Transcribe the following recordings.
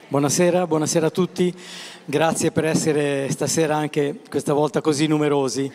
Buonasera a tutti, grazie per essere stasera anche questa volta così numerosi.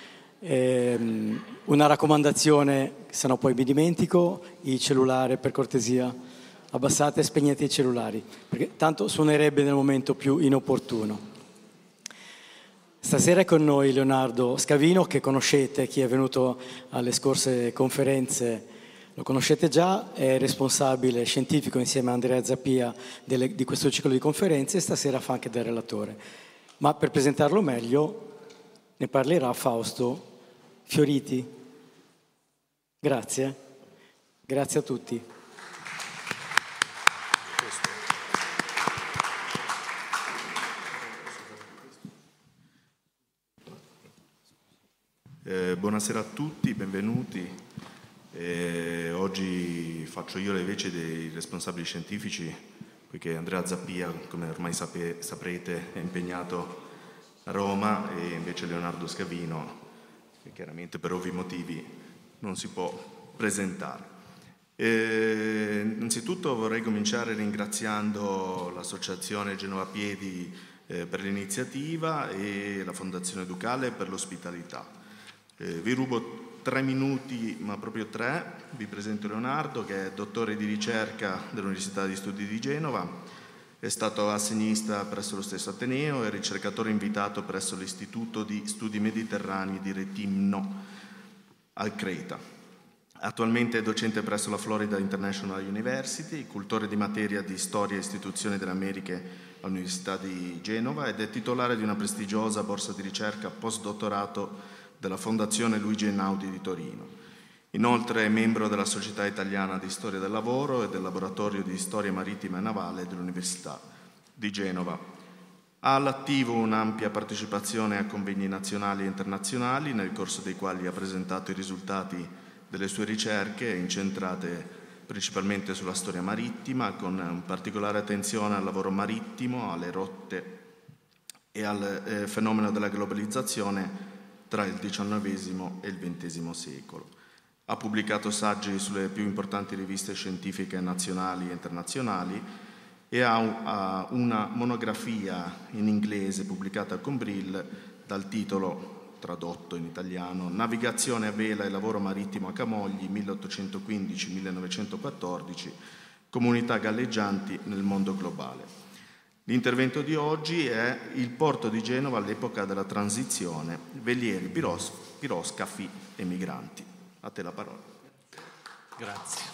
Una raccomandazione, se no poi mi dimentico, il cellulare per cortesia, abbassate e spegnete i cellulari, perché tanto suonerebbe nel momento più inopportuno. Stasera è con noi Leonardo Scavino, che conoscete, chi è venuto alle scorse conferenze lo conoscete già, è responsabile scientifico insieme a Andrea Zappia di questo ciclo di conferenze e stasera fa anche da relatore. Ma per presentarlo meglio ne parlerà Fausto Fioriti. Grazie a tutti. Buonasera a tutti, benvenuti. Oggi faccio io le veci dei responsabili scientifici, poiché Andrea Zappia, come ormai saprete, è impegnato a Roma e invece Leonardo Scavino, che chiaramente per ovvi motivi non si può presentare. Innanzitutto vorrei cominciare ringraziando l'Associazione Genova Piedi per l'iniziativa e la Fondazione Ducale per l'ospitalità. Vi rubo 3 minuti, ma proprio 3. Vi presento Leonardo, che è dottore di ricerca dell'Università di Studi di Genova, è stato assegnista presso lo stesso Ateneo e ricercatore invitato presso l'Istituto di Studi Mediterranei di Retimno al Creta. Attualmente è docente presso la Florida International University, cultore di materia di Storia e Istituzioni delle Americhe all'Università di Genova ed è titolare di una prestigiosa borsa di ricerca postdottorato della Fondazione Luigi Einaudi di Torino. Inoltre è membro della Società Italiana di Storia del Lavoro e del Laboratorio di Storia Marittima e Navale dell'Università di Genova. Ha all'attivo un'ampia partecipazione a convegni nazionali e internazionali, nel corso dei quali ha presentato i risultati delle sue ricerche, incentrate principalmente sulla storia marittima, con particolare attenzione al lavoro marittimo, alle rotte e al fenomeno della globalizzazione tra il XIX e il XX secolo. Ha pubblicato saggi sulle più importanti riviste scientifiche nazionali e internazionali e ha una monografia in inglese pubblicata con Brill dal titolo, tradotto in italiano, Navigazione a vela e lavoro marittimo a Camogli 1815-1914, comunità galleggianti nel mondo globale. L'intervento di oggi è il porto di Genova all'epoca della transizione, velieri, piroscafi e migranti. A te la parola. Grazie.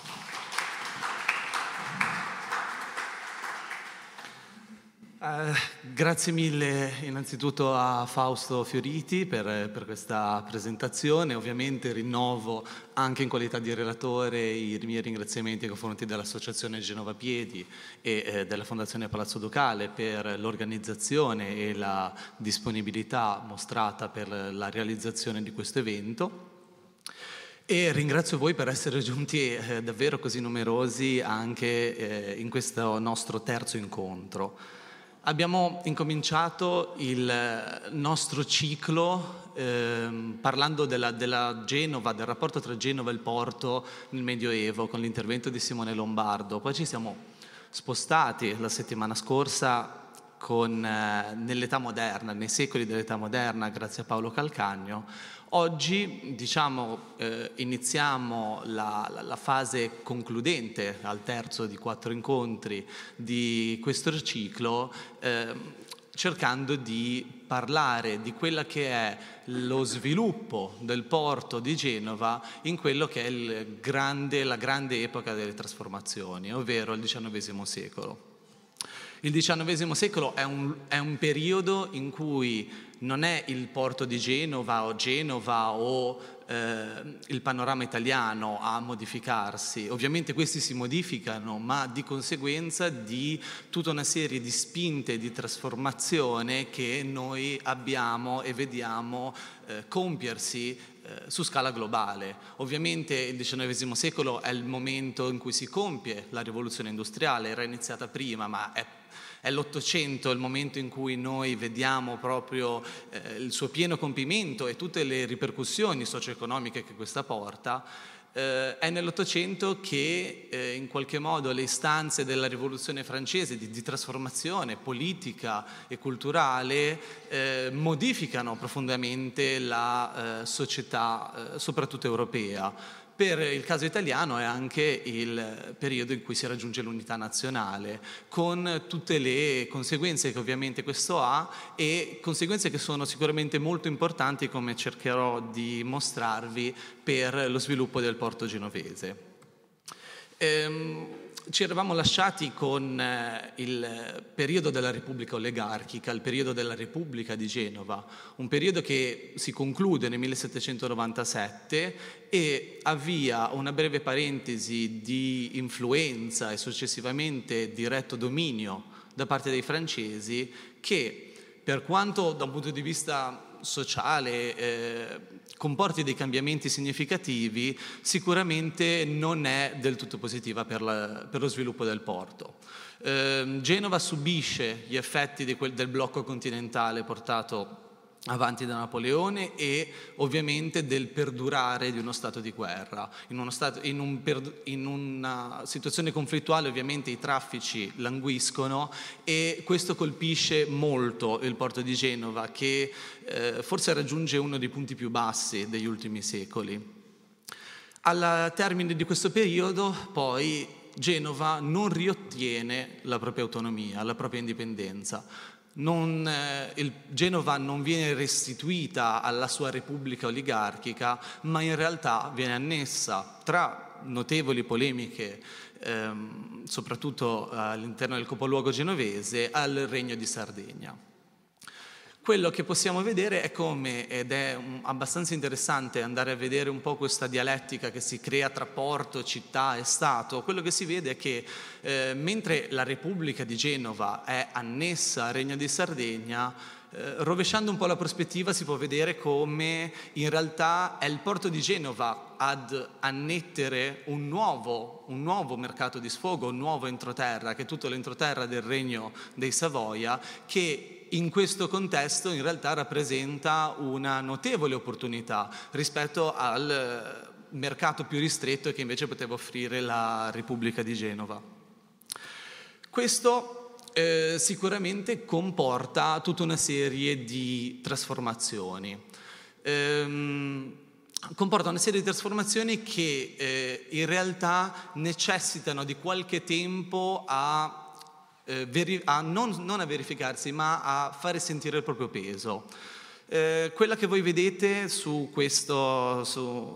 Grazie mille innanzitutto a Fausto Fioriti per questa presentazione. Ovviamente rinnovo anche in qualità di relatore i miei ringraziamenti nei confronti dell'Associazione Genova Piedi e della Fondazione Palazzo Ducale per l'organizzazione e la disponibilità mostrata per la realizzazione di questo evento. E ringrazio voi per essere giunti davvero così numerosi anche in questo nostro terzo incontro. Abbiamo incominciato il nostro ciclo parlando della Genova, del rapporto tra Genova e il porto nel Medioevo con l'intervento di Simone Lombardo. Poi ci siamo spostati la settimana scorsa nell'età moderna, nei secoli dell'età moderna, grazie a Paolo Calcagno. Oggi, iniziamo la fase concludente al terzo di 4 incontri di questo ciclo, cercando di parlare di quella che è lo sviluppo del porto di Genova in quello che è la grande epoca delle trasformazioni, ovvero il XIX secolo. Il XIX secolo è un periodo in cui non è il porto di Genova o il panorama italiano a modificarsi. Ovviamente questi si modificano, ma di conseguenza di tutta una serie di spinte di trasformazione che noi abbiamo e vediamo compiersi su scala globale. Ovviamente il XIX secolo è il momento in cui si compie la rivoluzione industriale, era iniziata prima, ma è l'Ottocento il momento in cui noi vediamo proprio il suo pieno compimento e tutte le ripercussioni socio-economiche che questa porta. È nell'Ottocento che in qualche modo le istanze della rivoluzione francese di trasformazione politica e culturale modificano profondamente la società, soprattutto europea. Per il caso italiano è anche il periodo in cui si raggiunge l'unità nazionale, con tutte le conseguenze che ovviamente questo ha, e conseguenze che sono sicuramente molto importanti, come cercherò di mostrarvi, per lo sviluppo del porto genovese. Ci eravamo lasciati con il periodo della Repubblica oligarchica, il periodo della Repubblica di Genova, un periodo che si conclude nel 1797 e avvia una breve parentesi di influenza e successivamente diretto dominio da parte dei francesi che, per quanto da un punto di vista sociale comporti dei cambiamenti significativi, sicuramente non è del tutto positiva per lo sviluppo del porto. Genova subisce gli effetti del blocco continentale portato avanti da Napoleone e ovviamente del perdurare di uno stato di guerra. In una situazione conflittuale ovviamente i traffici languiscono e questo colpisce molto il porto di Genova, che forse raggiunge uno dei punti più bassi degli ultimi secoli. Al termine di questo periodo poi Genova non riottiene la propria autonomia, la propria indipendenza. Genova non viene restituita alla sua repubblica oligarchica, ma in realtà viene annessa, tra notevoli polemiche, soprattutto all'interno del capoluogo genovese, al Regno di Sardegna. Quello che possiamo vedere è come, ed è abbastanza interessante andare a vedere un po' questa dialettica che si crea tra porto, città e Stato, quello che si vede è che mentre la Repubblica di Genova è annessa al Regno di Sardegna, rovesciando un po' la prospettiva si può vedere come in realtà è il porto di Genova ad annettere un nuovo mercato di sfogo, un nuovo entroterra, che è tutto l'entroterra del Regno dei Savoia, che in questo contesto in realtà rappresenta una notevole opportunità rispetto al mercato più ristretto che invece poteva offrire la Repubblica di Genova. Questo sicuramente comporta tutta una serie di trasformazioni. Comporta una serie di trasformazioni che in realtà necessitano di qualche tempo non a verificarsi, ma a fare sentire il proprio peso. Quella che voi vedete su questa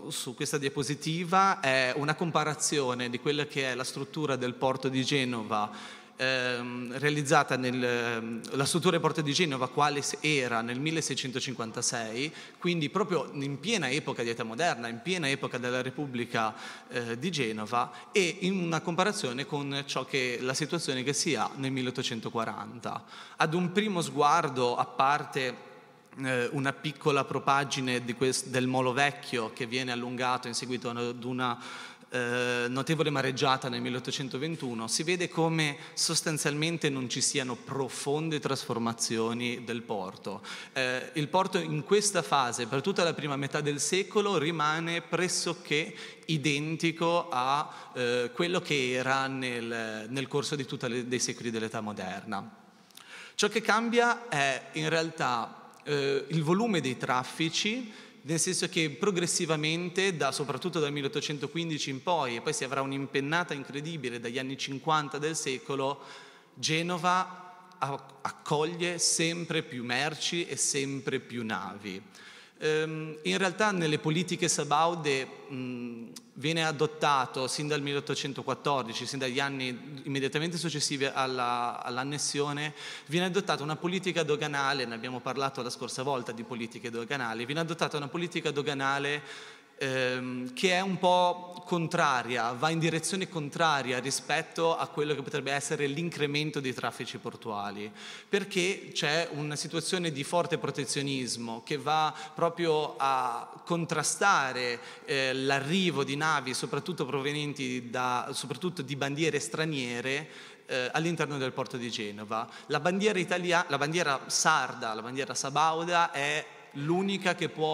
diapositiva è una comparazione di quella che è la struttura del porto di Genova, realizzata la struttura del porto di Genova quale era nel 1656, quindi proprio in piena epoca di età moderna, in piena epoca della Repubblica di Genova, e in una comparazione con la situazione che si ha nel 1840. Ad un primo sguardo, a parte una piccola propaggine del Molo Vecchio che viene allungato in seguito ad una notevole mareggiata nel 1821, si vede come sostanzialmente non ci siano profonde trasformazioni del porto. Il porto in questa fase, per tutta la prima metà del secolo, rimane pressoché identico a quello che era nel corso di tutti dei secoli dell'età moderna. Ciò che cambia è in realtà il volume dei traffici, nel senso che progressivamente, soprattutto dal 1815 in poi, e poi si avrà un'impennata incredibile dagli anni 50 del secolo, Genova accoglie sempre più merci e sempre più navi. In realtà nelle politiche sabaude viene adottato sin dal 1814, sin dagli anni immediatamente successivi all'annessione, viene adottata una politica doganale, ne abbiamo parlato la scorsa volta di politiche doganali, viene adottata una politica doganale che è un po' contraria, va in direzione contraria rispetto a quello che potrebbe essere l'incremento dei traffici portuali, perché c'è una situazione di forte protezionismo che va proprio a contrastare l'arrivo di navi, soprattutto provenienti soprattutto di bandiere straniere, all'interno del porto di Genova. La bandiera sarda, la bandiera sabauda, è l'unica che può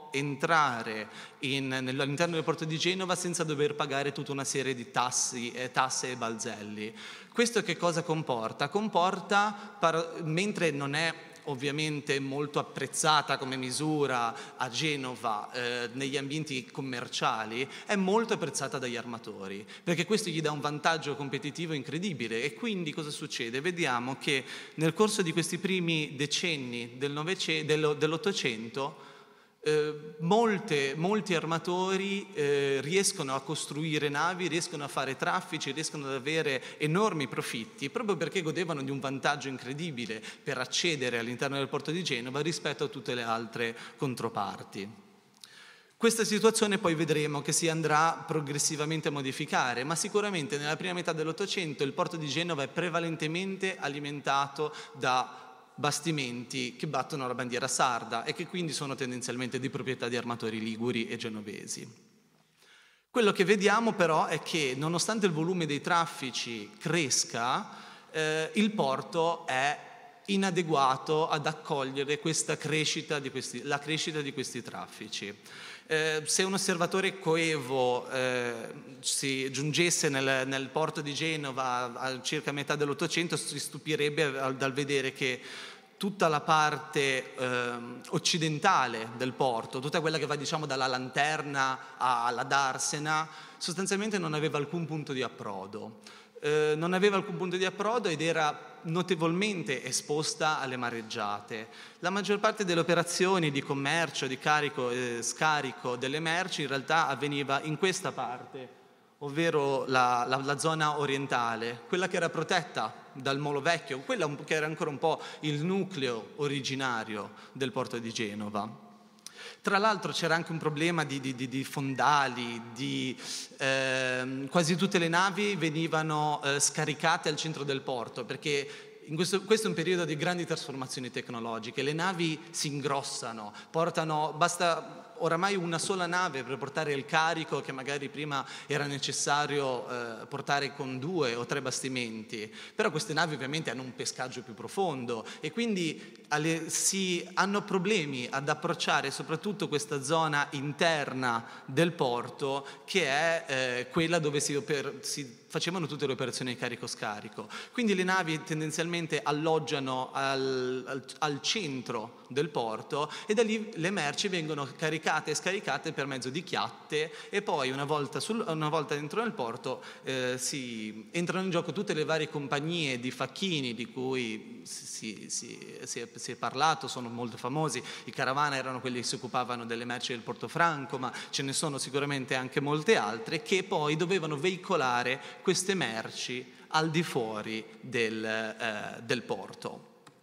entrare all'interno del porto di Genova senza dover pagare tutta una serie di tasse e balzelli. Questo che cosa comporta? Mentre non è ovviamente molto apprezzata come misura a Genova negli ambienti commerciali, è molto apprezzata dagli armatori, perché questo gli dà un vantaggio competitivo incredibile. E quindi cosa succede? Vediamo che nel corso di questi primi decenni dell'Ottocento molti armatori riescono a costruire navi, riescono a fare traffici, riescono ad avere enormi profitti, proprio perché godevano di un vantaggio incredibile per accedere all'interno del porto di Genova rispetto a tutte le altre controparti. Questa situazione poi vedremo che si andrà progressivamente a modificare, ma sicuramente nella prima metà dell'Ottocento il porto di Genova è prevalentemente alimentato da bastimenti che battono la bandiera sarda e che quindi sono tendenzialmente di proprietà di armatori liguri e genovesi. Quello che vediamo però è che nonostante il volume dei traffici cresca, il porto è inadeguato ad accogliere la crescita di questi traffici. Se un osservatore coevo si giungesse nel porto di Genova a circa metà dell'Ottocento, si stupirebbe dal vedere che tutta la parte occidentale del porto, tutta quella che va diciamo dalla Lanterna alla Darsena, sostanzialmente non aveva alcun punto di approdo. Ed era notevolmente esposta alle mareggiate. La maggior parte delle operazioni di commercio, di carico e scarico delle merci in realtà avveniva in questa parte, ovvero la zona orientale, quella che era protetta dal Molo Vecchio, quella che era ancora un po' il nucleo originario del porto di Genova. Tra l'altro c'era anche un problema di fondali, quasi tutte le navi venivano scaricate al centro del porto, perché questo è un periodo di grandi trasformazioni tecnologiche, le navi si ingrossano, basta oramai una sola nave per portare il carico che magari prima era necessario portare con 2 o 3 bastimenti, però queste navi ovviamente hanno un pescaggio più profondo e quindi hanno problemi ad approcciare soprattutto questa zona interna del porto, che è quella dove si facevano tutte le operazioni di carico-scarico. Quindi le navi tendenzialmente alloggiano al centro del porto e da lì le merci vengono caricate e scaricate per mezzo di chiatte e poi una volta dentro nel porto entrano in gioco tutte le varie compagnie di facchini di cui si è parlato, sono molto famosi. I caravana erano quelli che si occupavano delle merci del Portofranco, ma ce ne sono sicuramente anche molte altre che poi dovevano veicolare queste merci al di fuori del porto.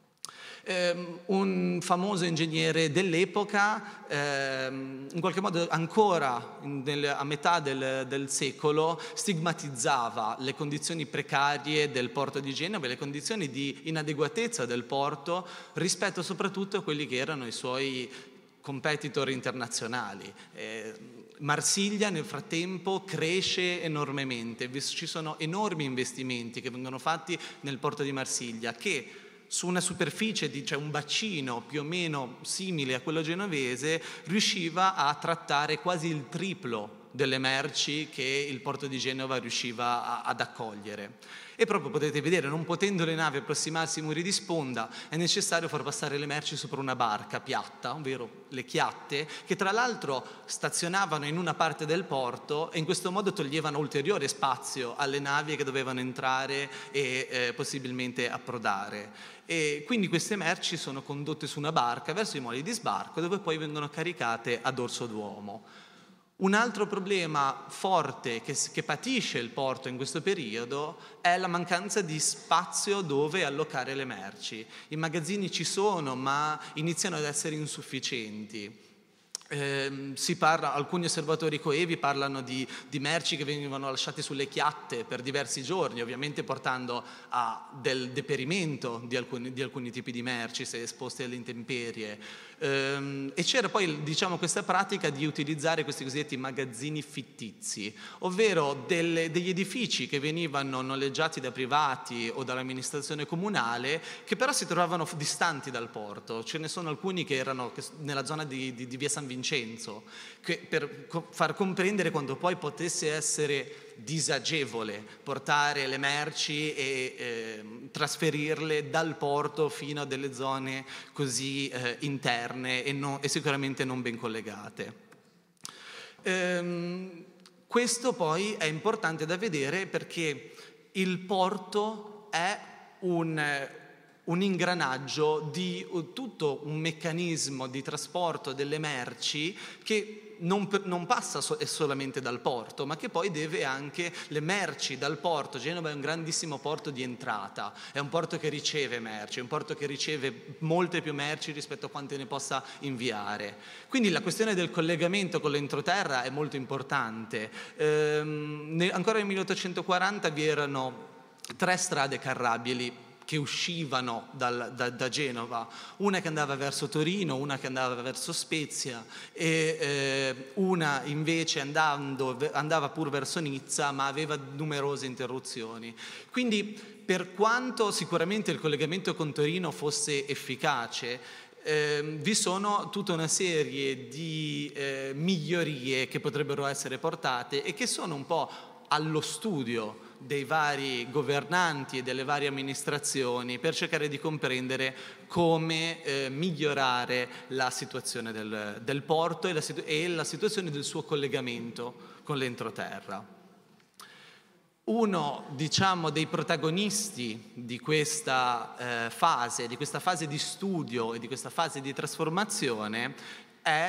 Un famoso ingegnere dell'epoca, in qualche modo ancora a metà del secolo, stigmatizzava le condizioni precarie del porto di Genova e le condizioni di inadeguatezza del porto rispetto soprattutto a quelli che erano i suoi competitor internazionali. Marsiglia nel frattempo cresce enormemente, ci sono enormi investimenti che vengono fatti nel porto di Marsiglia che su una superficie cioè un bacino più o meno simile a quello genovese riusciva a trattare quasi il triplo delle merci che il porto di Genova riusciva ad accogliere. E proprio potete vedere, non potendo le navi approssimarsi ai muri di sponda, è necessario far passare le merci sopra una barca piatta, ovvero le chiatte, che tra l'altro stazionavano in una parte del porto e in questo modo toglievano ulteriore spazio alle navi che dovevano entrare e possibilmente approdare. E quindi queste merci sono condotte su una barca verso i moli di sbarco, dove poi vengono caricate a dorso d'uomo. Un altro problema forte che patisce il porto in questo periodo è la mancanza di spazio dove allocare le merci. I magazzini ci sono, ma iniziano ad essere insufficienti. Alcuni osservatori coevi parlano di merci che venivano lasciate sulle chiatte per diversi giorni, ovviamente portando a del deperimento di alcuni tipi di merci se esposte alle intemperie. E c'era poi questa pratica di utilizzare questi cosiddetti magazzini fittizi, ovvero degli edifici che venivano noleggiati da privati o dall'amministrazione comunale, che però si trovavano distanti dal porto. Ce ne sono alcuni che erano nella zona di via San Vincenzo, per far comprendere quanto poi potesse essere disagevole portare le merci e trasferirle dal porto fino a delle zone così interne e sicuramente non ben collegate. Questo poi è importante da vedere perché il porto è un ingranaggio di tutto un meccanismo di trasporto delle merci che non passa solamente dal porto, ma che poi deve anche le merci dal porto. Genova è un grandissimo porto di entrata, è un porto che riceve merci, è un porto che riceve molte più merci rispetto a quante ne possa inviare. Quindi la questione del collegamento con l'entroterra è molto importante. Ancora nel 1840 vi erano 3 strade carrabili che uscivano da Genova, una che andava verso Torino, una che andava verso Spezia e una invece andava pur verso Nizza, ma aveva numerose interruzioni. Quindi per quanto sicuramente il collegamento con Torino fosse efficace, vi sono tutta una serie di migliorie che potrebbero essere portate e che sono un po' allo studio dei vari governanti e delle varie amministrazioni per cercare di comprendere come migliorare la situazione del porto e la situazione del suo collegamento con l'entroterra. Uno, dei protagonisti di questa fase di studio e di questa fase di trasformazione è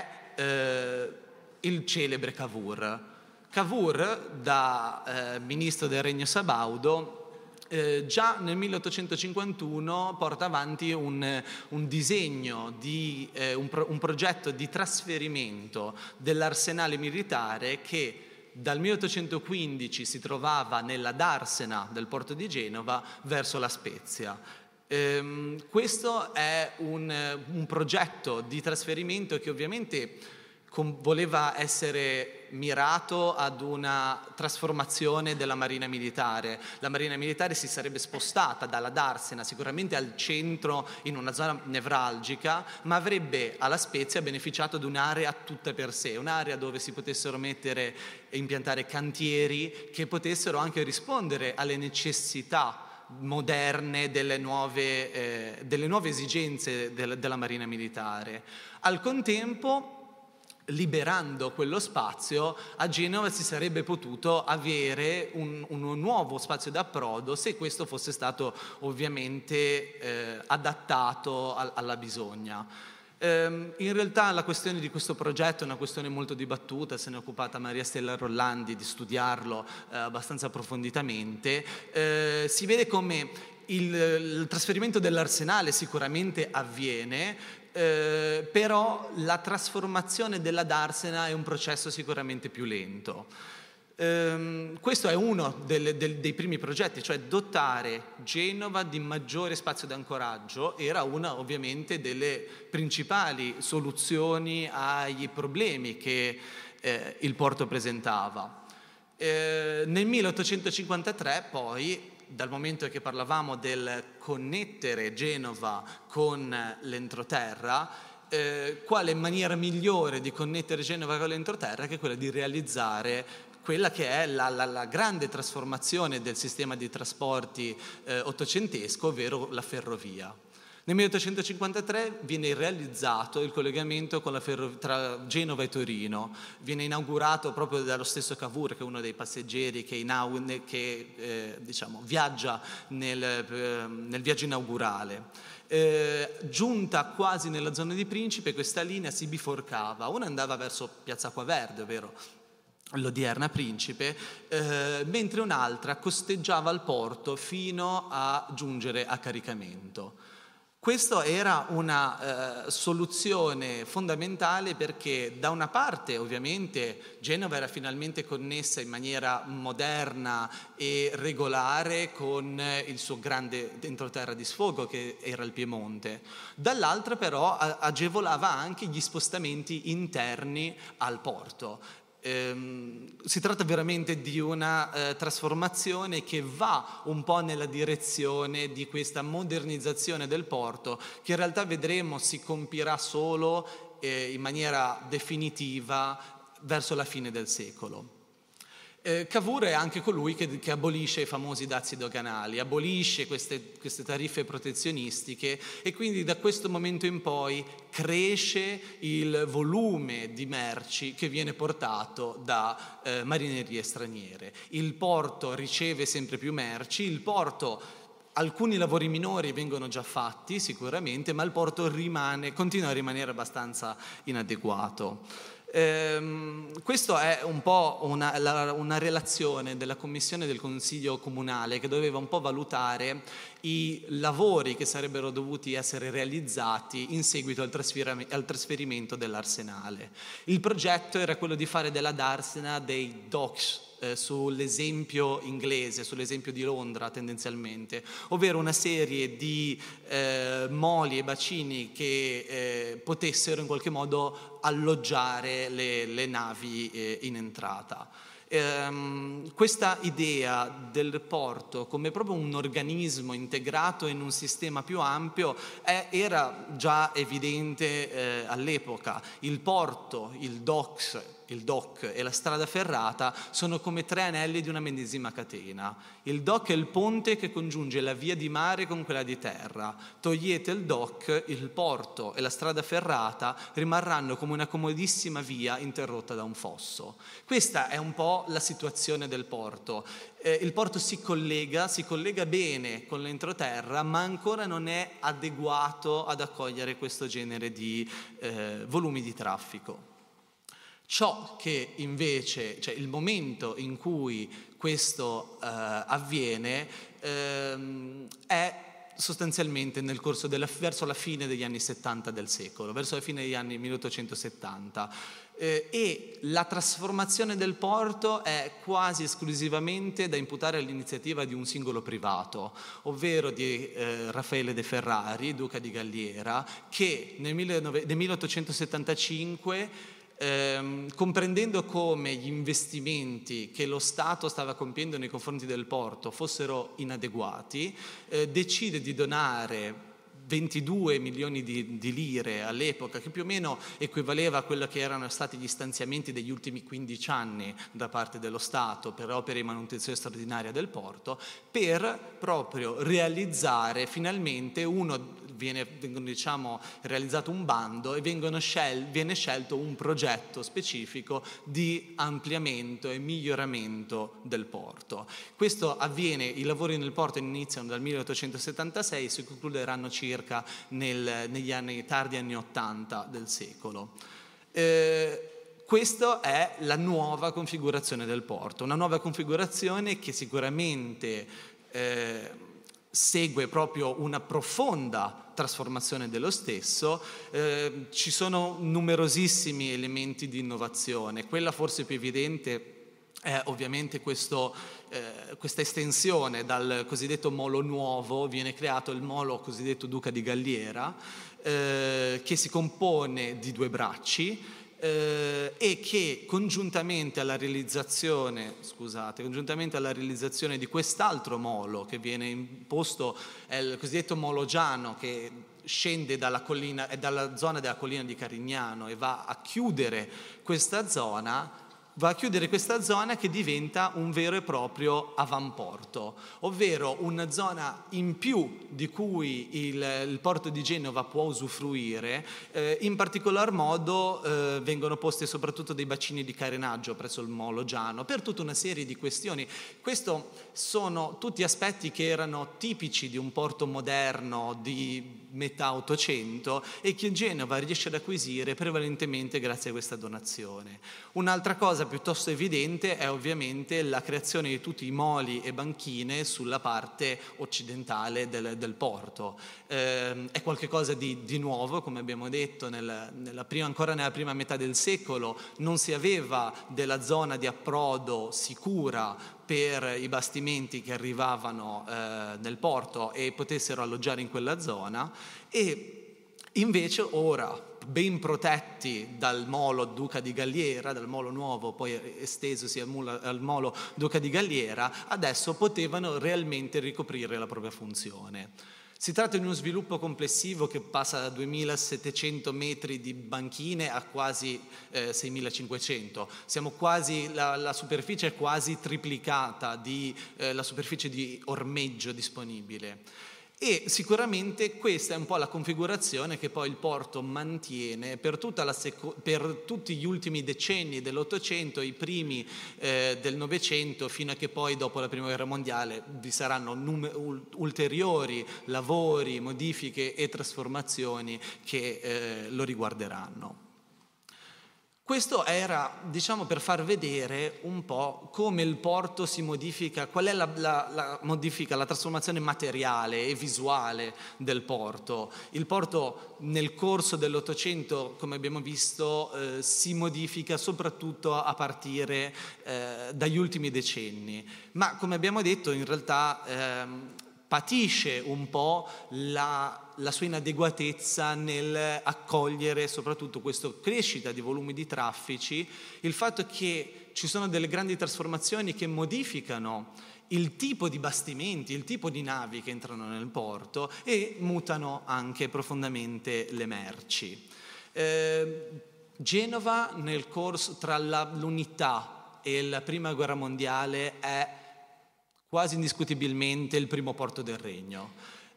il celebre Cavour. Cavour, da ministro del Regno Sabaudo, già nel 1851 porta avanti un disegno, un progetto di trasferimento dell'arsenale militare che dal 1815 si trovava nella darsena del porto di Genova verso La Spezia. Questo è un progetto di trasferimento che ovviamente voleva essere mirato ad una trasformazione della Marina Militare. La Marina Militare si sarebbe spostata dalla darsena sicuramente al centro in una zona nevralgica, ma avrebbe alla Spezia beneficiato di un'area tutta per sé, un'area dove si potessero mettere e impiantare cantieri che potessero anche rispondere alle necessità moderne delle nuove esigenze della Marina Militare. Al contempo, liberando quello spazio, a Genova si sarebbe potuto avere un nuovo spazio d'approdo se questo fosse stato ovviamente adattato alla bisogna. In realtà la questione di questo progetto è una questione molto dibattuta, se ne è occupata Maria Stella Rollandi di studiarlo abbastanza approfonditamente. Si vede come il trasferimento dell'arsenale sicuramente avviene, però la trasformazione della darsena è un processo sicuramente più lento. Questo è uno dei primi progetti, cioè dotare Genova di maggiore spazio d'ancoraggio era una ovviamente delle principali soluzioni ai problemi che il porto presentava. Nel 1853 poi, dal momento che parlavamo del connettere Genova con l'entroterra, quale maniera migliore di connettere Genova con l'entroterra che quella di realizzare quella che è la grande trasformazione del sistema di trasporti ottocentesco, ovvero la ferrovia. Nel 1853 viene realizzato il collegamento tra Genova e Torino, viene inaugurato proprio dallo stesso Cavour, che è uno dei passeggeri che viaggia nel viaggio inaugurale. Giunta quasi nella zona di Principe, questa linea si biforcava, una andava verso Piazza Acquaverde, ovvero l'odierna Principe, mentre un'altra costeggiava il porto fino a giungere a caricamento. Questa era una soluzione fondamentale perché da una parte ovviamente Genova era finalmente connessa in maniera moderna e regolare con il suo grande entroterra di sfogo che era il Piemonte, dall'altra però agevolava anche gli spostamenti interni al porto. Si tratta veramente di una trasformazione che va un po' nella direzione di questa modernizzazione del porto, che in realtà vedremo si compirà solo in maniera definitiva verso la fine del secolo. Cavour è anche colui che abolisce i famosi dazi doganali, abolisce queste tariffe protezionistiche, e quindi da questo momento in poi cresce il volume di merci che viene portato da marinerie straniere. Il porto riceve sempre più merci, il porto, alcuni lavori minori vengono già fatti sicuramente, ma il porto continua a rimanere abbastanza inadeguato. Questo è un po' una relazione della commissione del Consiglio Comunale, che doveva un po' valutare i lavori che sarebbero dovuti essere realizzati in seguito al trasferimento dell'arsenale. Il progetto era quello di fare della Darsena dei docks, sull'esempio inglese, sull'esempio di Londra tendenzialmente, ovvero una serie di moli e bacini che potessero in qualche modo alloggiare le navi in entrata. Questa idea del porto come proprio un organismo integrato in un sistema più ampio era già evidente all'epoca. Il porto, il dock e la strada ferrata sono come tre anelli di una medesima catena. Il dock è il ponte che congiunge la via di mare con quella di terra. Togliete il dock, il porto e la strada ferrata rimarranno come una comodissima via interrotta da un fosso. Questa è un po' la situazione del porto. Il porto si collega bene con l'entroterra, ma ancora non è adeguato ad accogliere questo genere di volumi di traffico. Ciò che invece, cioè il momento in cui questo avviene è sostanzialmente nel corso verso la fine degli anni 70 del secolo, verso la fine degli anni 1870, e la trasformazione del porto è quasi esclusivamente da imputare all'iniziativa di un singolo privato, ovvero di Raffaele de Ferrari, duca di Galliera, che nel 1875, comprendendo come gli investimenti che lo Stato stava compiendo nei confronti del porto fossero inadeguati, decide di donare 22 milioni di lire all'epoca, che più o meno equivaleva a quello che erano stati gli stanziamenti degli ultimi 15 anni da parte dello Stato per opere di manutenzione straordinaria del porto, per proprio realizzare finalmente viene realizzato un bando e viene scelto un progetto specifico di ampliamento e miglioramento del porto. Questo avviene, i lavori nel porto iniziano dal 1876 e si concluderanno circa negli tardi anni 80 del secolo. Questa è la nuova configurazione del porto, una nuova configurazione che sicuramente segue proprio una profonda trasformazione dello stesso. Ci sono numerosissimi elementi di innovazione. Quella forse più evidente è ovviamente questa estensione dal cosiddetto molo nuovo. Viene creato il molo cosiddetto Duca di Galliera, che si compone di 2 bracci, e che congiuntamente alla realizzazione di quest'altro molo che viene imposto, è il cosiddetto molo Giano, che scende dalla zona della collina di Carignano e va a chiudere questa zona che diventa un vero e proprio avamporto, ovvero una zona in più di cui il porto di Genova può usufruire. In particolar modo vengono posti soprattutto dei bacini di carenaggio presso il molo Giano per tutta una serie di questioni. Questo sono tutti aspetti che erano tipici di un porto moderno di metà Ottocento e che Genova riesce ad acquisire prevalentemente grazie a questa donazione. Un'altra cosa piuttosto evidente è ovviamente la creazione di tutti i moli e banchine sulla parte occidentale del porto. È qualcosa di nuovo, come abbiamo detto, ancora nella prima metà del secolo non si aveva della zona di approdo sicura per i bastimenti che arrivavano nel porto e potessero alloggiare in quella zona, e invece ora, ben protetti dal molo Duca di Galliera, dal molo nuovo poi estesosi al molo Duca di Galliera, adesso potevano realmente ricoprire la propria funzione. Si tratta di uno sviluppo complessivo che passa da 2.700 metri di banchine a quasi 6.500. La superficie è quasi triplicata la superficie di ormeggio disponibile. E sicuramente questa è un po' la configurazione che poi il porto mantiene per tutti gli ultimi decenni dell'Ottocento, i primi del Novecento, fino a che poi dopo la Prima Guerra Mondiale vi saranno ulteriori lavori, modifiche e trasformazioni che lo riguarderanno. Questo era, diciamo, per far vedere un po' come il porto si modifica, qual è la modifica, la trasformazione materiale e visuale del porto. Il porto nel corso dell'Ottocento, come abbiamo visto, si modifica soprattutto a partire dagli ultimi decenni, ma come abbiamo detto in realtà patisce un po' la sua inadeguatezza nel accogliere soprattutto questa crescita di volumi di traffici, il fatto che ci sono delle grandi trasformazioni che modificano il tipo di bastimenti, il tipo di navi che entrano nel porto e mutano anche profondamente le merci. Genova nel corso tra l'unità e la Prima Guerra Mondiale è quasi indiscutibilmente il primo porto del Regno.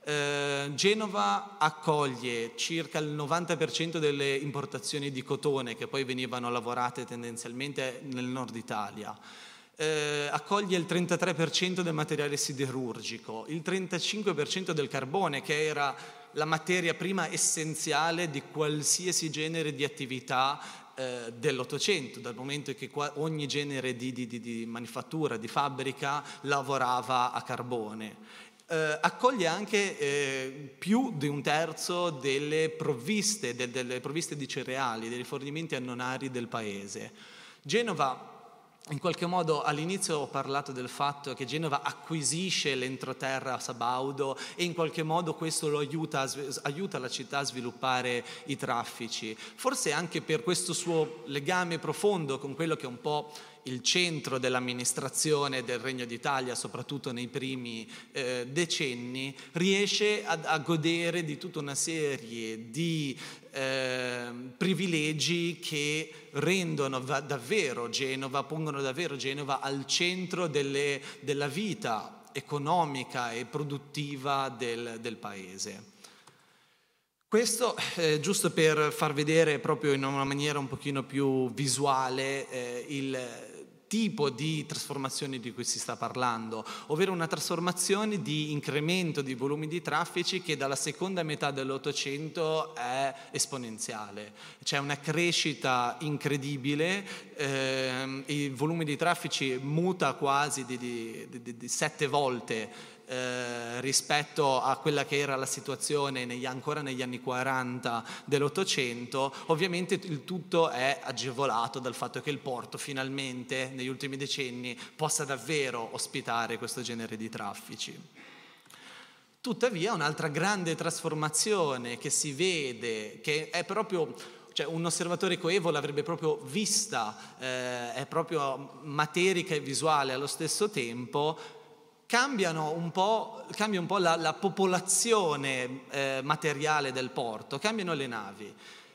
Genova accoglie circa il 90% delle importazioni di cotone che poi venivano lavorate tendenzialmente nel nord Italia. Accoglie il 33% del materiale siderurgico, il 35% del carbone, che era la materia prima essenziale di qualsiasi genere di attività dell'Ottocento, dal momento che ogni genere di manifattura, di fabbrica lavorava a carbone. Accoglie anche più di un terzo delle provviste di cereali, dei rifornimenti annonari del paese. Genova, in qualche modo, all'inizio ho parlato del fatto che Genova acquisisce l'entroterra sabaudo e in qualche modo questo lo aiuta la città a sviluppare i traffici, forse anche per questo suo legame profondo con quello che è un po' il centro dell'amministrazione del Regno d'Italia, soprattutto nei primi decenni, riesce a godere di tutta una serie di privilegi che pongono davvero Genova al centro della vita economica e produttiva del paese. Questo giusto per far vedere proprio in una maniera un pochino più visuale il tipo di trasformazione di cui si sta parlando, ovvero una trasformazione di incremento di volumi di traffici che dalla seconda metà dell'Ottocento è esponenziale. C'è una crescita incredibile, il volume di traffici muta quasi di 7 volte rispetto a quella che era la situazione ancora negli anni 40 dell'Ottocento. Ovviamente il tutto è agevolato dal fatto che il porto finalmente negli ultimi decenni possa davvero ospitare questo genere di traffici. Tuttavia un'altra grande trasformazione che si vede, che è proprio, cioè un osservatore coevo l'avrebbe proprio vista, è proprio materica e visuale allo stesso tempo, cambia un po' la popolazione materiale del porto, cambiano le navi.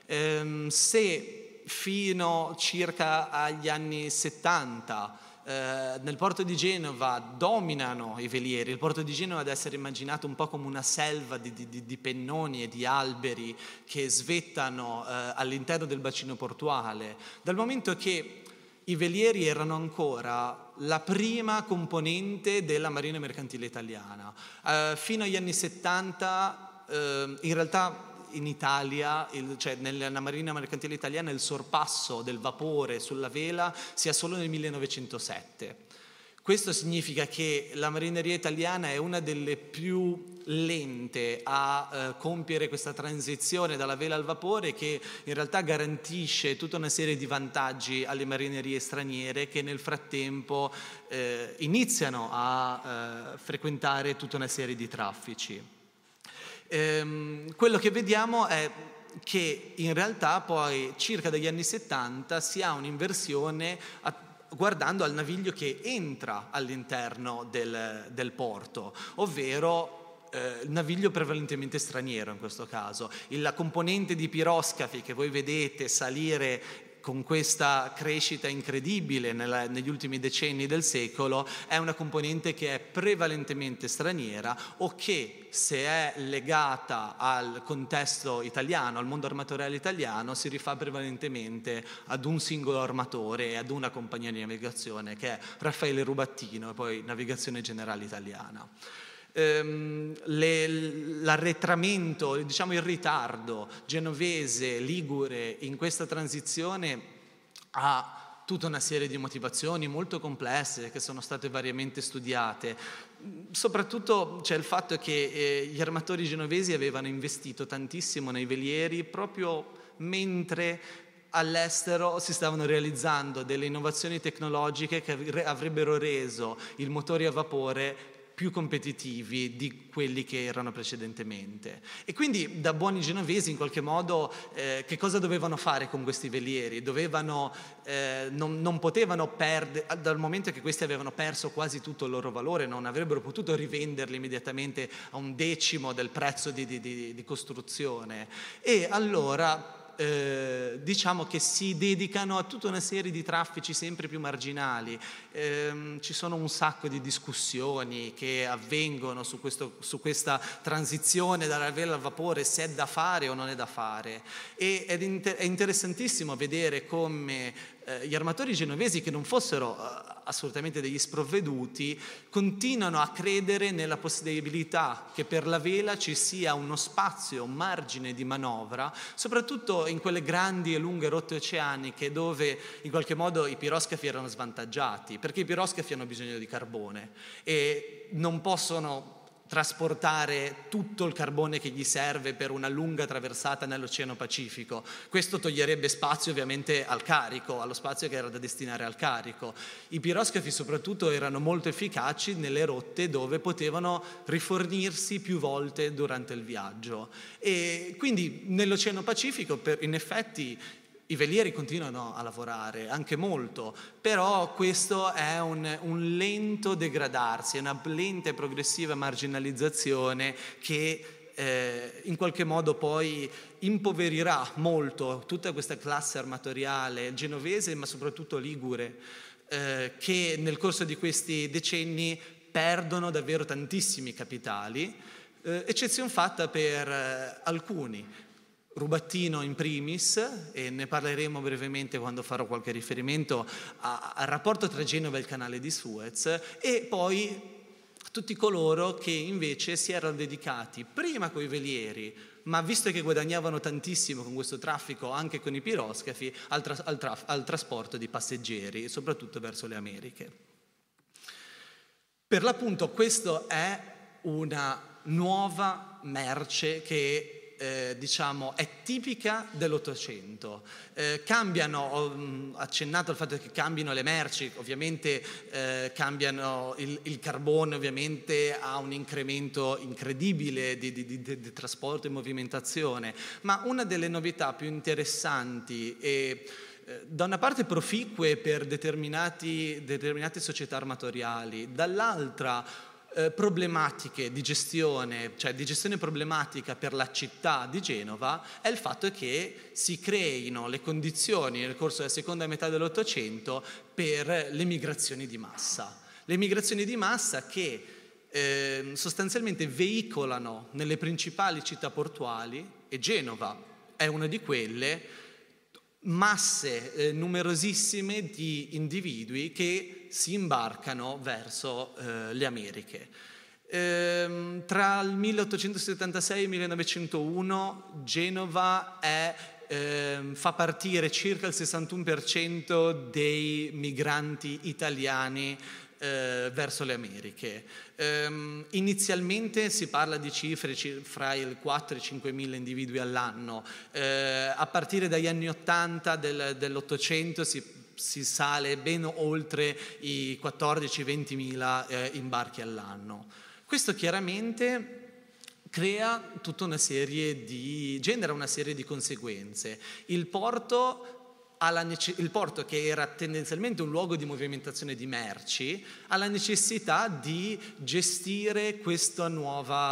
Se fino circa agli anni 70 nel porto di Genova dominano i velieri, il porto di Genova deve essere immaginato un po' come una selva di pennoni e di alberi che svettano all'interno del bacino portuale, dal momento che i velieri erano ancora la prima componente della Marina Mercantile Italiana. Fino agli anni 70, in realtà in Italia, cioè nella Marina Mercantile Italiana, il sorpasso del vapore sulla vela sia solo nel 1907. Questo significa che la marineria italiana è una delle più lente a compiere questa transizione dalla vela al vapore, che in realtà garantisce tutta una serie di vantaggi alle marinerie straniere che nel frattempo iniziano a frequentare tutta una serie di traffici. Quello che vediamo è che in realtà poi circa dagli anni 70 si ha un'inversione guardando al naviglio che entra all'interno del porto, ovvero naviglio prevalentemente straniero in questo caso. La componente di piroscafi che voi vedete salire con questa crescita incredibile negli ultimi decenni del secolo è una componente che è prevalentemente straniera o che, se è legata al contesto italiano, al mondo armatoriale italiano, si rifà prevalentemente ad un singolo armatore e ad una compagnia di navigazione che è Raffaele Rubattino e poi Navigazione Generale Italiana. L'arretramento, diciamo il ritardo genovese, ligure in questa transizione ha tutta una serie di motivazioni molto complesse che sono state variamente studiate. Soprattutto c'è il fatto che gli armatori genovesi avevano investito tantissimo nei velieri proprio mentre all'estero si stavano realizzando delle innovazioni tecnologiche che avrebbero reso i motori a vapore più competitivi di quelli che erano precedentemente. E quindi da buoni genovesi in qualche modo che cosa dovevano fare con questi velieri? Non potevano perdere, dal momento che questi avevano perso quasi tutto il loro valore, non avrebbero potuto rivenderli immediatamente a 1/10 del prezzo di costruzione. E allora diciamo che si dedicano a tutta una serie di traffici sempre più marginali. Ci sono un sacco di discussioni che avvengono su questa transizione dalla vela al vapore, se è da fare o non è da fare, è interessantissimo vedere come gli armatori genovesi, che non fossero assolutamente degli sprovveduti, continuano a credere nella possibilità che per la vela ci sia uno spazio, un margine di manovra, soprattutto in quelle grandi e lunghe rotte oceaniche dove in qualche modo i piroscafi erano svantaggiati, perché i piroscafi hanno bisogno di carbone e non possono trasportare tutto il carbone che gli serve per una lunga traversata nell'Oceano Pacifico. Questo toglierebbe spazio ovviamente al carico, allo spazio che era da destinare al carico. I piroscafi soprattutto erano molto efficaci nelle rotte dove potevano rifornirsi più volte durante il viaggio. E quindi nell'Oceano Pacifico in effetti i velieri continuano a lavorare, anche molto, però questo è un lento degradarsi, è una lenta e progressiva marginalizzazione che in qualche modo poi impoverirà molto tutta questa classe armatoriale genovese, ma soprattutto ligure, che nel corso di questi decenni perdono davvero tantissimi capitali, eccezione fatta per alcuni. Rubattino in primis, e ne parleremo brevemente quando farò qualche riferimento al rapporto tra Genova e il canale di Suez, e poi tutti coloro che invece si erano dedicati prima coi velieri, ma visto che guadagnavano tantissimo con questo traffico anche con i piroscafi, al trasporto di passeggeri, soprattutto verso le Americhe. Per l'appunto questo è una nuova merce che diciamo è tipica dell'Ottocento. Ho accennato al fatto che cambiano le merci, ovviamente cambiano il carbone, ovviamente ha un incremento incredibile di trasporto e movimentazione, ma una delle novità più interessanti e da una parte proficue per determinate società armatoriali, dall'altra problematiche di gestione, cioè di gestione problematica per la città di Genova, è il fatto che si creino le condizioni nel corso della seconda metà dell'Ottocento per le migrazioni di massa. Le migrazioni di massa che sostanzialmente veicolano nelle principali città portuali, e Genova è una di quelle, masse numerosissime di individui che si imbarcano verso le Americhe. Tra il 1876 e il 1901 Genova fa partire circa il 61% dei migranti italiani verso le Americhe. Inizialmente si parla di cifre fra il 4 e 5 mila individui all'anno. A partire dagli anni 80 dell'Ottocento si sale ben oltre i 14-20 mila imbarchi all'anno. Questo chiaramente genera una serie di conseguenze. Il porto, che era tendenzialmente un luogo di movimentazione di merci, ha la necessità di gestire questa nuova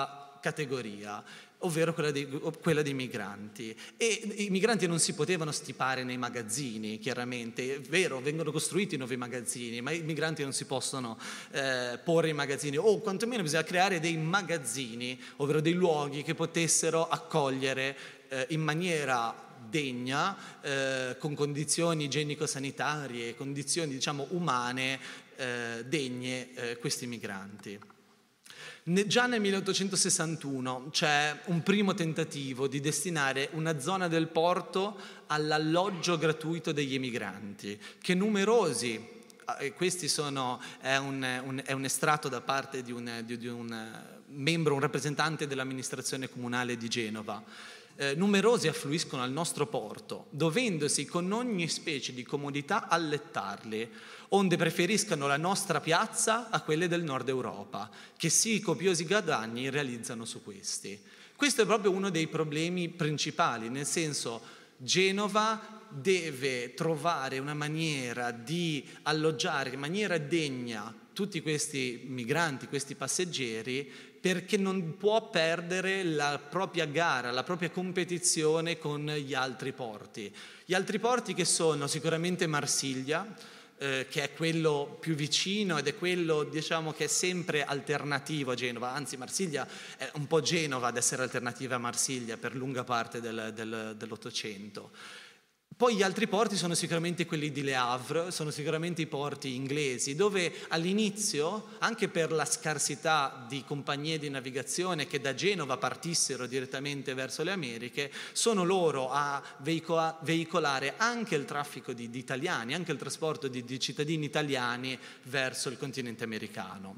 categoria, ovvero quella dei migranti. E i migranti non si potevano stipare nei magazzini, chiaramente. È vero, vengono costruiti nuovi magazzini, ma i migranti non si possono porre in magazzini, o quantomeno bisogna creare dei magazzini, ovvero dei luoghi che potessero accogliere in maniera degna, con condizioni igienico-sanitarie, condizioni, diciamo, umane degne, questi migranti. Già nel 1861 c'è un primo tentativo di destinare una zona del porto all'alloggio gratuito degli emigranti, che numerosi, questi è un estratto da parte di un membro, un rappresentante dell'amministrazione comunale di Genova. Numerosi affluiscono al nostro porto, dovendosi con ogni specie di comodità allettarli, onde preferiscano la nostra piazza a quelle del nord Europa, che sì copiosi guadagni realizzano su questi. Questo è proprio uno dei problemi principali, nel senso, Genova deve trovare una maniera di alloggiare in maniera degna tutti questi migranti, questi passeggeri, perché non può perdere la propria gara, la propria competizione con gli altri porti. Gli altri porti che sono sicuramente Marsiglia, che è quello più vicino ed è quello, diciamo, che è sempre alternativo a Genova, anzi Marsiglia è un po' Genova ad essere alternativa a Marsiglia per lunga parte dell'Ottocento. Poi gli altri porti sono sicuramente quelli di Le Havre, sono sicuramente i porti inglesi, dove all'inizio, anche per la scarsità di compagnie di navigazione che da Genova partissero direttamente verso le Americhe, sono loro a veicolare anche il traffico di italiani, anche il trasporto di cittadini italiani verso il continente americano.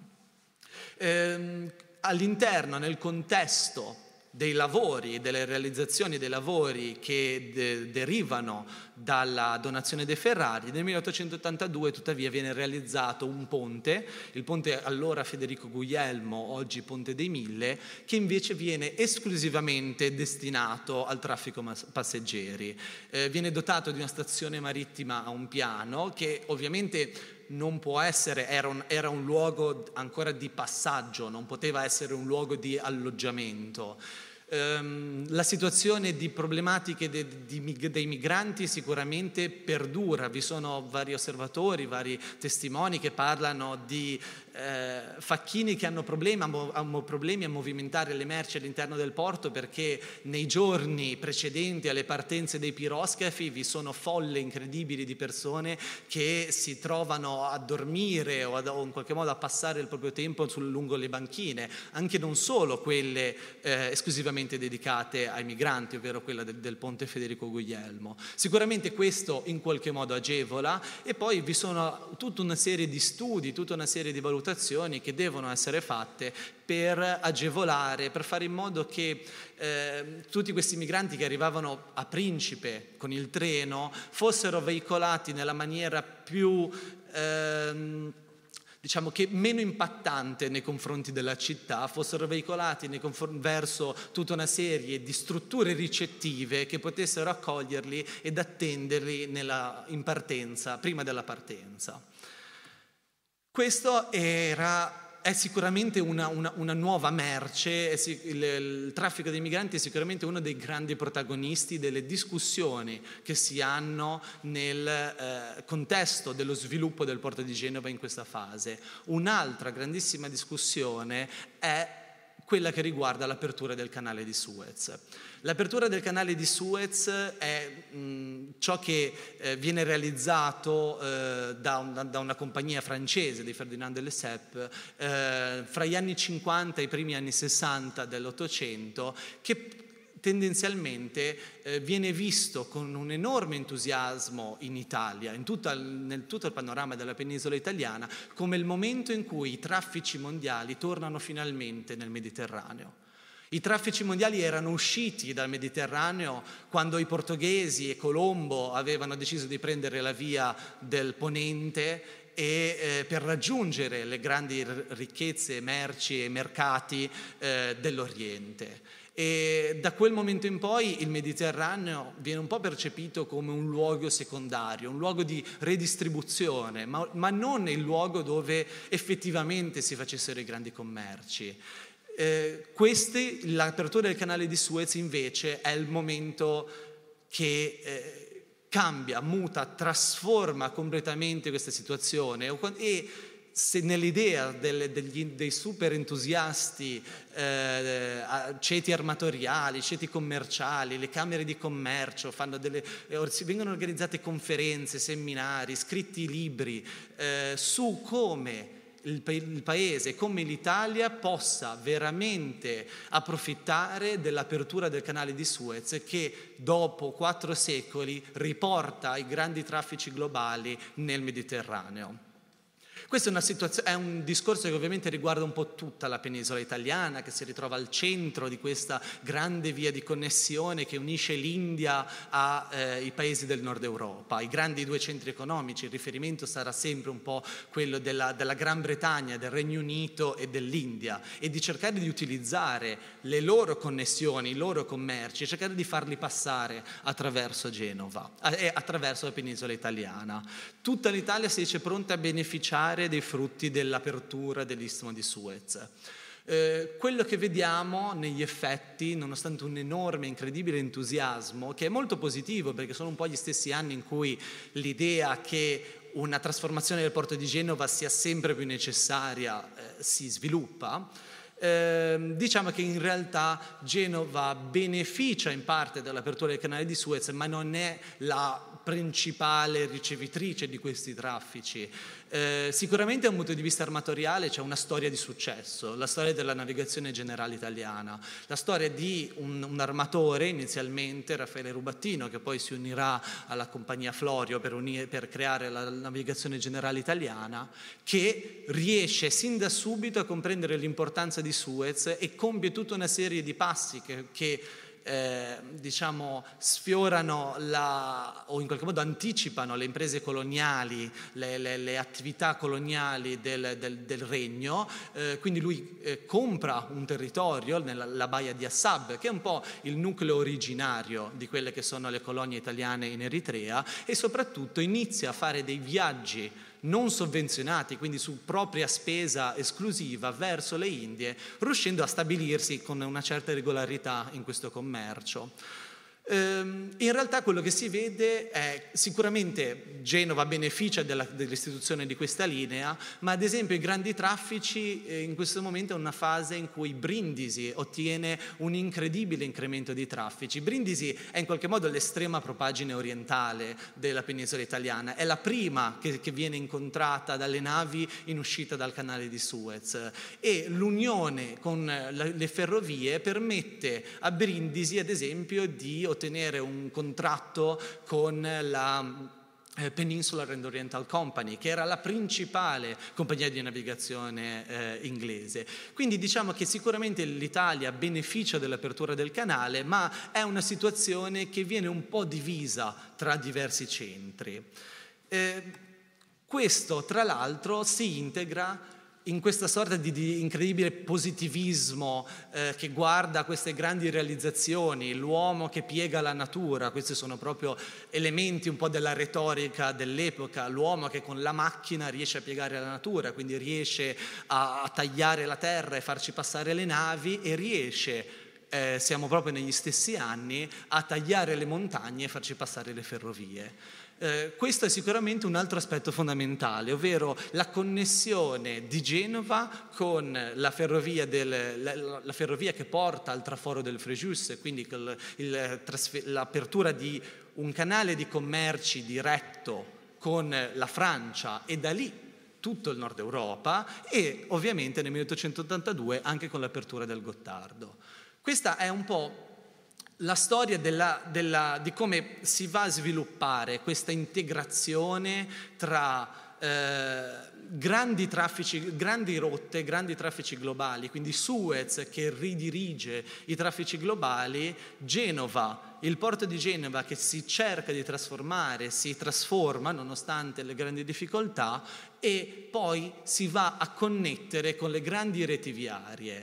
All'interno, nel contesto dei lavori, delle realizzazioni dei lavori che derivano dalla donazione dei Ferrari, nel 1882 tuttavia viene realizzato un ponte, il ponte allora Federico Guglielmo, oggi Ponte dei Mille, che invece viene esclusivamente destinato al traffico passeggeri. Viene dotato di una stazione marittima a un piano che ovviamente non può essere, era un luogo ancora di passaggio, non poteva essere un luogo di alloggiamento. La situazione di problematiche dei migranti sicuramente perdura, vi sono vari osservatori, vari testimoni che parlano di facchini che hanno problemi a movimentare le merci all'interno del porto perché nei giorni precedenti alle partenze dei piroscafi vi sono folle incredibili di persone che si trovano a dormire o in qualche modo a passare il proprio tempo lungo le banchine, anche non solo quelle esclusivamente dedicate ai migranti, ovvero quella del ponte Federico Guglielmo. Sicuramente questo in qualche modo agevola, e poi vi sono tutta una serie di studi, tutta una serie di valutazioni che devono essere fatte per agevolare, per fare in modo che tutti questi migranti che arrivavano a Principe con il treno fossero veicolati nella maniera più diciamo che meno impattante nei confronti della città, fossero veicolati verso tutta una serie di strutture ricettive che potessero accoglierli ed attenderli in partenza, prima della partenza. Questo è sicuramente una nuova merce, il traffico dei migranti è sicuramente uno dei grandi protagonisti delle discussioni che si hanno nel contesto dello sviluppo del porto di Genova in questa fase. Un'altra grandissima discussione è quella che riguarda l'apertura del canale di Suez. L'apertura del canale di Suez è ciò che viene realizzato da una compagnia francese di Ferdinand de Lesseps fra gli anni 50 e i primi anni 60 dell'Ottocento, che tendenzialmente viene visto con un enorme entusiasmo in Italia, nel tutto il panorama della penisola italiana, come il momento in cui i traffici mondiali tornano finalmente nel Mediterraneo. I traffici mondiali erano usciti dal Mediterraneo quando i portoghesi e Colombo avevano deciso di prendere la via del Ponente e per raggiungere le grandi ricchezze, merci e mercati dell'Oriente. E da quel momento in poi il Mediterraneo viene un po' percepito come un luogo secondario, un luogo di redistribuzione, ma non il luogo dove effettivamente si facessero i grandi commerci. L'apertura del canale di Suez invece è il momento che cambia, muta, trasforma completamente questa situazione, e se nell'idea dei super entusiasti, ceti armatoriali, ceti commerciali, le camere di commercio vengono organizzate conferenze, seminari, scritti libri su come il paese, come l'Italia possa veramente approfittare dell'apertura del canale di Suez, che dopo 4 secoli riporta i grandi traffici globali nel Mediterraneo. Questo è un discorso che ovviamente riguarda un po' tutta la penisola italiana, che si ritrova al centro di questa grande via di connessione che unisce l'India ai paesi del nord Europa, i grandi 2 centri economici. Il riferimento sarà sempre un po' quello della Gran Bretagna, del Regno Unito e dell'India, e di cercare di utilizzare le loro connessioni, i loro commerci, e cercare di farli passare attraverso Genova e attraverso la penisola italiana. Tutta l'Italia si dice pronta a beneficiare dei frutti dell'apertura dell'Istmo di Suez. Quello che vediamo negli effetti, nonostante un enorme, incredibile entusiasmo, che è molto positivo perché sono un po' gli stessi anni in cui l'idea che una trasformazione del porto di Genova sia sempre più necessaria si sviluppa, diciamo che in realtà Genova beneficia in parte dall'apertura del canale di Suez, ma non è la principale ricevitrice di questi traffici. Sicuramente da un punto di vista armatoriale c'è una storia di successo, la storia della navigazione generale italiana, la storia di un armatore inizialmente, Raffaele Rubattino, che poi si unirà alla compagnia Florio per creare la navigazione generale italiana, che riesce sin da subito a comprendere l'importanza di Suez e compie tutta una serie di passi che diciamo sfiorano o in qualche modo anticipano le imprese coloniali, le attività coloniali del regno. Quindi lui compra un territorio la baia di Assab, che è un po' il nucleo originario di quelle che sono le colonie italiane in Eritrea, e soprattutto inizia a fare dei viaggi non sovvenzionati, quindi su propria spesa esclusiva verso le Indie, riuscendo a stabilirsi con una certa regolarità in questo commercio. In realtà quello che si vede è sicuramente Genova beneficia dell'istituzione di questa linea, ma ad esempio i grandi traffici in questo momento è una fase in cui Brindisi ottiene un incredibile incremento di traffici. Brindisi è in qualche modo l'estrema propagine orientale della penisola italiana, è la prima che viene incontrata dalle navi in uscita dal canale di Suez, e l'unione con le ferrovie permette a Brindisi ad esempio di ottenere un contratto con la Peninsular and Oriental Company, che era la principale compagnia di navigazione inglese. Quindi diciamo che sicuramente l'Italia beneficia dell'apertura del canale, ma è una situazione che viene un po' divisa tra diversi centri. Questo, tra l'altro, si integra in questa sorta di incredibile positivismo che guarda queste grandi realizzazioni, l'uomo che piega la natura. Questi sono proprio elementi un po' della retorica dell'epoca, l'uomo che con la macchina riesce a piegare la natura, quindi riesce a tagliare la terra e farci passare le navi, e riesce, siamo proprio negli stessi anni, a tagliare le montagne e farci passare le ferrovie. Questo è sicuramente un altro aspetto fondamentale, ovvero la connessione di Genova con la ferrovia che porta al traforo del Frejus, quindi l'apertura di un canale di commerci diretto con la Francia e da lì tutto il nord Europa, e ovviamente nel 1882 anche con l'apertura del Gottardo. Questa è un po' la storia di come si va a sviluppare questa integrazione tra grandi rotte, grandi traffici globali, quindi Suez che ridirige i traffici globali, Genova, il porto di Genova che si cerca di trasformare, si trasforma nonostante le grandi difficoltà, e poi si va a connettere con le grandi reti viarie.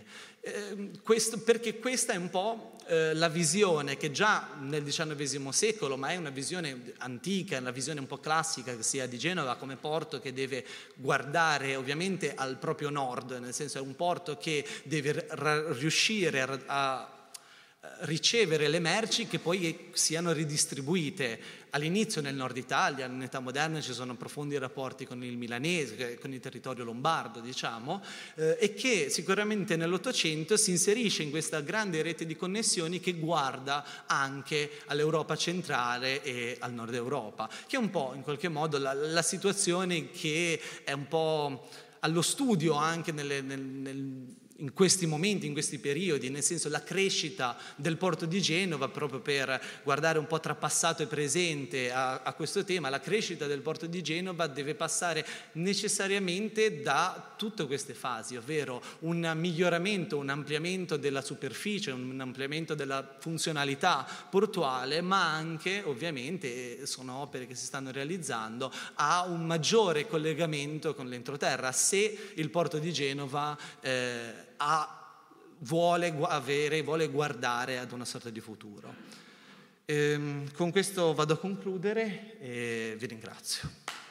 Perché questa è un po' la visione che già nel XIX secolo, ma è una visione antica, è una visione un po' classica che sia di Genova come porto che deve guardare ovviamente al proprio nord, nel senso è un porto che deve riuscire a ricevere le merci che poi siano ridistribuite. All'inizio nel nord Italia, in età moderna, ci sono profondi rapporti con il milanese, con il territorio lombardo, diciamo, e che sicuramente nell'Ottocento si inserisce in questa grande rete di connessioni che guarda anche all'Europa centrale e al nord Europa, che è un po' in qualche modo la situazione che è un po' allo studio anche in questi momenti, in questi periodi, nel senso la crescita del porto di Genova, proprio per guardare un po' tra passato e presente a questo tema, la crescita del porto di Genova deve passare necessariamente da tutte queste fasi, ovvero un miglioramento, un ampliamento della superficie, un ampliamento della funzionalità portuale, ma anche, ovviamente, sono opere che si stanno realizzando, a un maggiore collegamento con l'entroterra, se il porto di Genova vuole guardare ad una sorta di futuro. Con questo vado a concludere e vi ringrazio.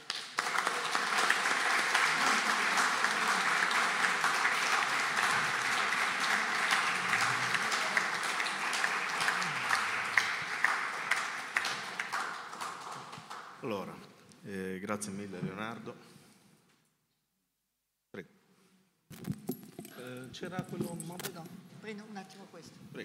Allora, grazie mille Leonardo. Prego. C'era quello no. Prendo un attimo questo. Prego.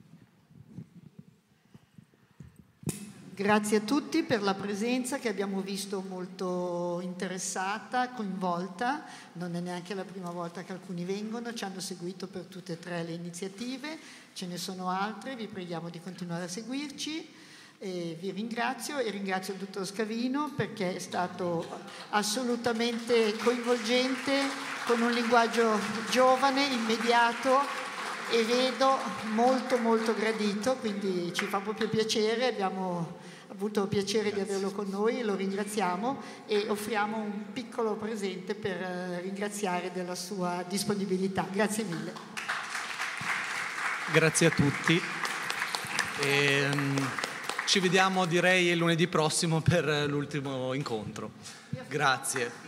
Grazie a tutti per la presenza che abbiamo visto molto interessata, coinvolta. Non è neanche la prima volta che alcuni vengono, ci hanno seguito per tutte e tre le iniziative, ce ne sono altre, vi preghiamo di continuare a seguirci. E vi ringrazio e ringrazio il dottor Scavino perché è stato assolutamente coinvolgente, con un linguaggio giovane, immediato e vedo molto molto gradito, quindi ci fa proprio piacere, abbiamo avuto piacere di averlo con noi e lo ringraziamo e offriamo un piccolo presente per ringraziare della sua disponibilità. Grazie mille. Grazie a tutti. Ci vediamo, direi, lunedì prossimo per l'ultimo incontro. Grazie.